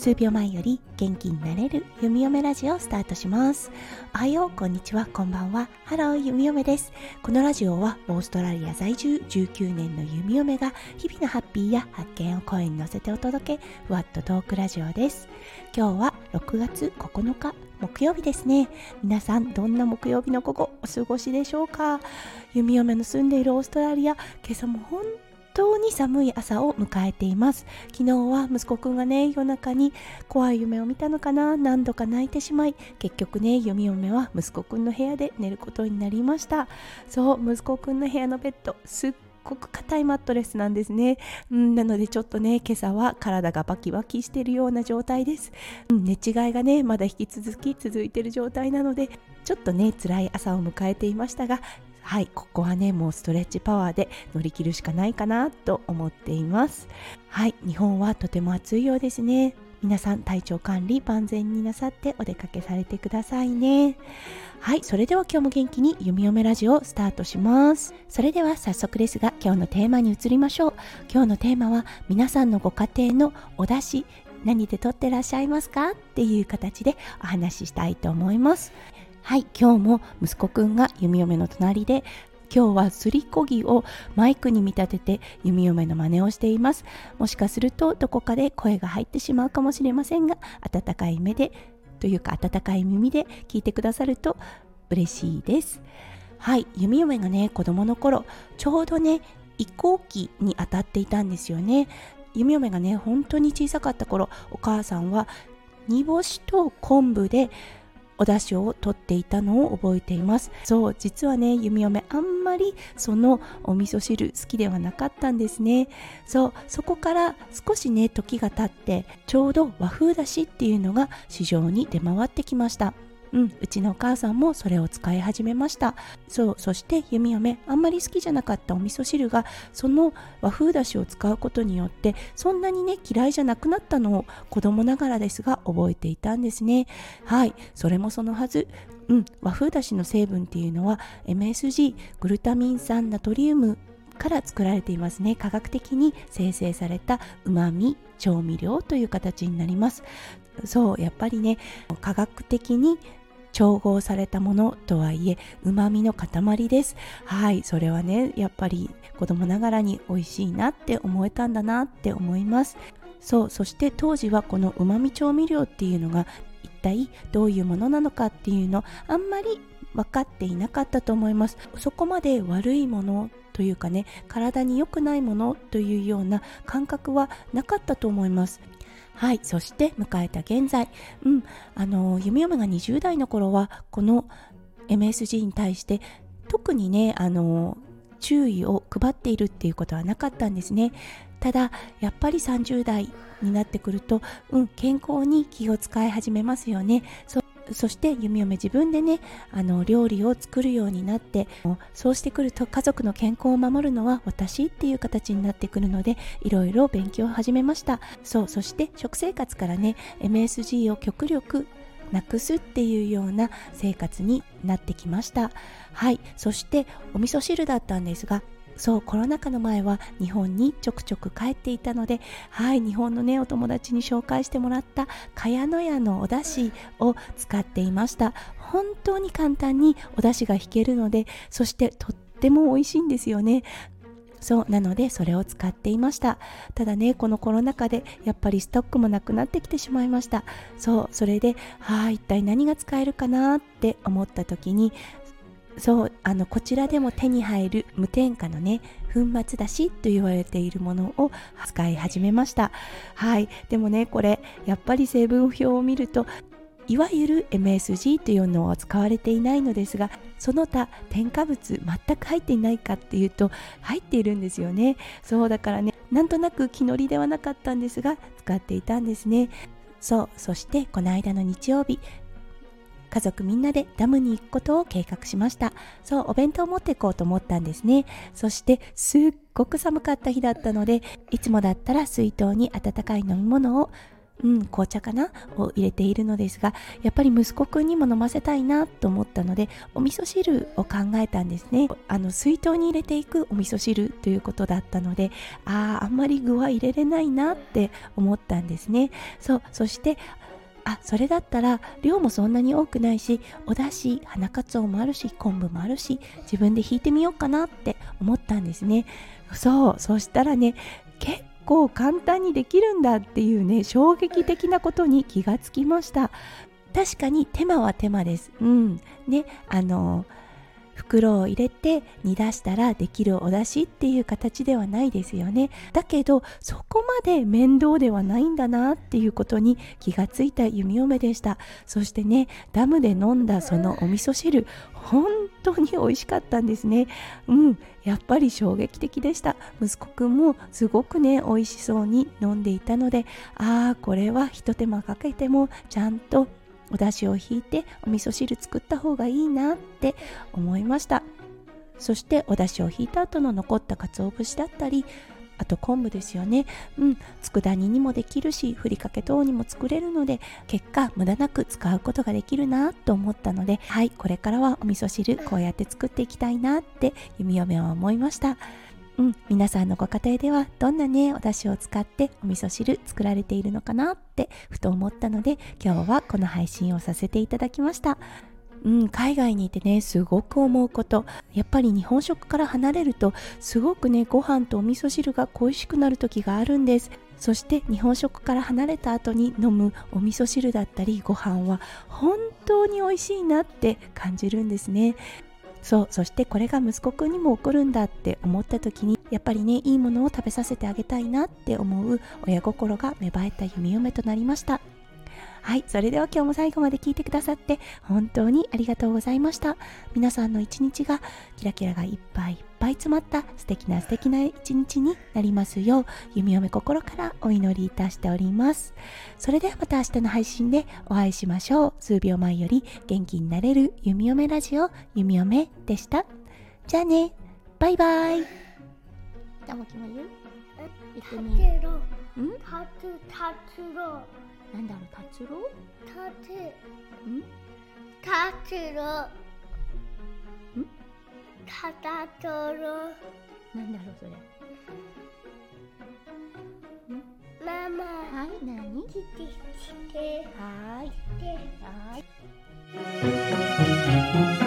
数秒前より元気になれる弓嫁ラジオをスタートします。おはよう、こんにちは、こんばんは。ハロー、弓嫁です。このラジオはオーストラリア在住19年の弓嫁が日々のハッピーや発見を声に乗せてお届け、ふわっとトークラジオです。今日は6月9日木曜日ですね。皆さんどんな木曜日の午後お過ごしでしょうか。弓嫁の住んでいるオーストラリア、今朝も本当に寒い朝を迎えています。昨日は息子くんがね、夜中に怖い夢を見たのかな、何度か泣いてしまい、結局ね、弓嫁は息子くんの部屋で寝ることになりました。そう、息子くんの部屋のベッド、すっごく硬いマットレスなんですね。なのでちょっとね、今朝は体がバキバキしているような状態です。寝違いがね、まだ引き続き続いている状態なので、ちょっとね、辛い朝を迎えていましたが、はい、ここはね、もうストレッチパワーで乗り切るしかないかなと思っています。はい、日本はとても暑いようですね。皆さん体調管理万全になさってお出かけされてくださいね。はい、それでは今日も元気に弓嫁ラジオをスタートします。それでは早速ですが、今日のテーマに移りましょう。今日のテーマは、皆さんのご家庭のお出汁、何でとってらっしゃいますかっていう形でお話ししたいと思います。はい、今日も息子くんが弓嫁の隣で、今日はすりこぎをマイクに見立てて弓嫁の真似をしています。もしかするとどこかで声が入ってしまうかもしれませんが、温かい目でというか温かい耳で聞いてくださると嬉しいです。はい、弓嫁がね、子供の頃ちょうどね、移行期に当たっていたんですよね。弓嫁がね、本当に小さかった頃、お母さんは煮干しと昆布でお出汁を取っていたのを覚えています。そう、実はね、弓嫁あんまりそのお味噌汁好きではなかったんですね。そう、そこから少しね、時が経って、ちょうど和風だしっていうのが市場に出回ってきました。うちのお母さんもそれを使い始めました。そう、そして弓嫁あんまり好きじゃなかったお味噌汁が、その和風だしを使うことによってそんなにね、嫌いじゃなくなったのを子供ながらですが覚えていたんですね。はい、それもそのはず。和風だしの成分っていうのは MSG グルタミン酸ナトリウムから作られていますね。科学的に生成されたうまみ調味料という形になります。そう、やっぱりね、科学的に調合されたものとはいえ旨味の塊です。はい、それはね、やっぱり子供ながらに美味しいなって思えたんだなって思います。そう、そして当時はこの旨味調味料っていうのが一体どういうものなのかっていうのあんまり分かっていなかったと思います。そこまで悪いものというかね、体に良くないものというような感覚はなかったと思います。はい、そして迎えた現在、弓嫁が20代の頃はこの MSG に対して特にね、注意を配っているっていうことはなかったんですね。ただやっぱり30代になってくると、健康に気を使い始めますよね。そして弓嫁自分でね、料理を作るようになって、そうしてくると家族の健康を守るのは私っていう形になってくるので、いろいろ勉強を始めました。そして食生活からね、 MSG を極力なくすっていうような生活になってきました。はい、そしてお味噌汁だったんですが、そう、コロナ禍の前は日本にちょくちょく帰っていたので、はい、日本のね、お友達に紹介してもらった茅野屋のお出汁を使っていました。本当に簡単にお出汁が引けるので、そしてとっても美味しいんですよね。そうなのでそれを使っていました。ただね、このコロナ禍でやっぱりストックもなくなってきてしまいました。それで一体何が使えるかなって思った時に、こちらでも手に入る無添加のね、粉末だしと言われているものを使い始めました。はい、でもね、これやっぱり成分表を見ると、いわゆる MSG というのは使われていないのですが、その他添加物全く入っていないかっていうと入っているんですよね。そうだからね、なんとなく気乗りではなかったんですが使っていたんですね。そしてこの間の日曜日、家族みんなでダムに行くことを計画しました。お弁当を持っていこうと思ったんですね。そしてすっごく寒かった日だったので、いつもだったら水筒に温かい飲み物を紅茶かなを入れているのですが、やっぱり息子くんにも飲ませたいなと思ったので、お味噌汁を考えたんですね。水筒に入れていくお味噌汁ということだったので、あんまり具は入れれないなって思ったんですね。そしてそれだったら量もそんなに多くないし、お出汁、花かつおもあるし、昆布もあるし、自分でひいてみようかなって思ったんですね。そしたらね、結構簡単にできるんだっていうね、衝撃的なことに気がつきました。確かに手間は手間です。ね、袋を入れて煮出したらできるお出汁っていう形ではないですよね。だけどそこまで面倒ではないんだなっていうことに気がついた弓嫁でした。そしてね、ダムで飲んだそのお味噌汁、本当に美味しかったんですね。やっぱり衝撃的でした。息子くんもすごくね美味しそうに飲んでいたので、これは一手間かけてもちゃんとお出汁をひいてお味噌汁作った方がいいなって思いました。そしてお出汁をひいた後の残った鰹節だったり、あと昆布ですよね。佃煮にもできるし、ふりかけ等にも作れるので、結果無駄なく使うことができるなと思ったので、これからはお味噌汁こうやって作っていきたいなって弓嫁は思いました。皆さんのご家庭ではどんなねお出汁を使ってお味噌汁作られているのかなってふと思ったので、今日はこの配信をさせていただきました。海外にいてねすごく思うこと、やっぱり日本食から離れるとすごくねご飯とお味噌汁が恋しくなる時があるんです。そして日本食から離れた後に飲むお味噌汁だったりご飯は本当に美味しいなって感じるんですね。そしてこれが息子くんにも起こるんだって思った時に、やっぱりねいいものを食べさせてあげたいなって思う親心が芽生えた弓嫁となりました。それでは今日も最後まで聞いてくださって本当にありがとうございました。皆さんの一日がキラキラがいっぱいいっぱい詰まった素敵な一日になりますよう、弓嫁心からお祈りいたしております。それではまた明日の配信でお会いしましょう。数秒前より元気になれる弓嫁ラジオ、弓嫁でした。じゃあね、バイバイ。たもきも言う？言ってみる。なんだろう、達郎？ 達郎。 なんだろうそれ。 ママ。 何？ 来て。 はーい。 来て。 はーい。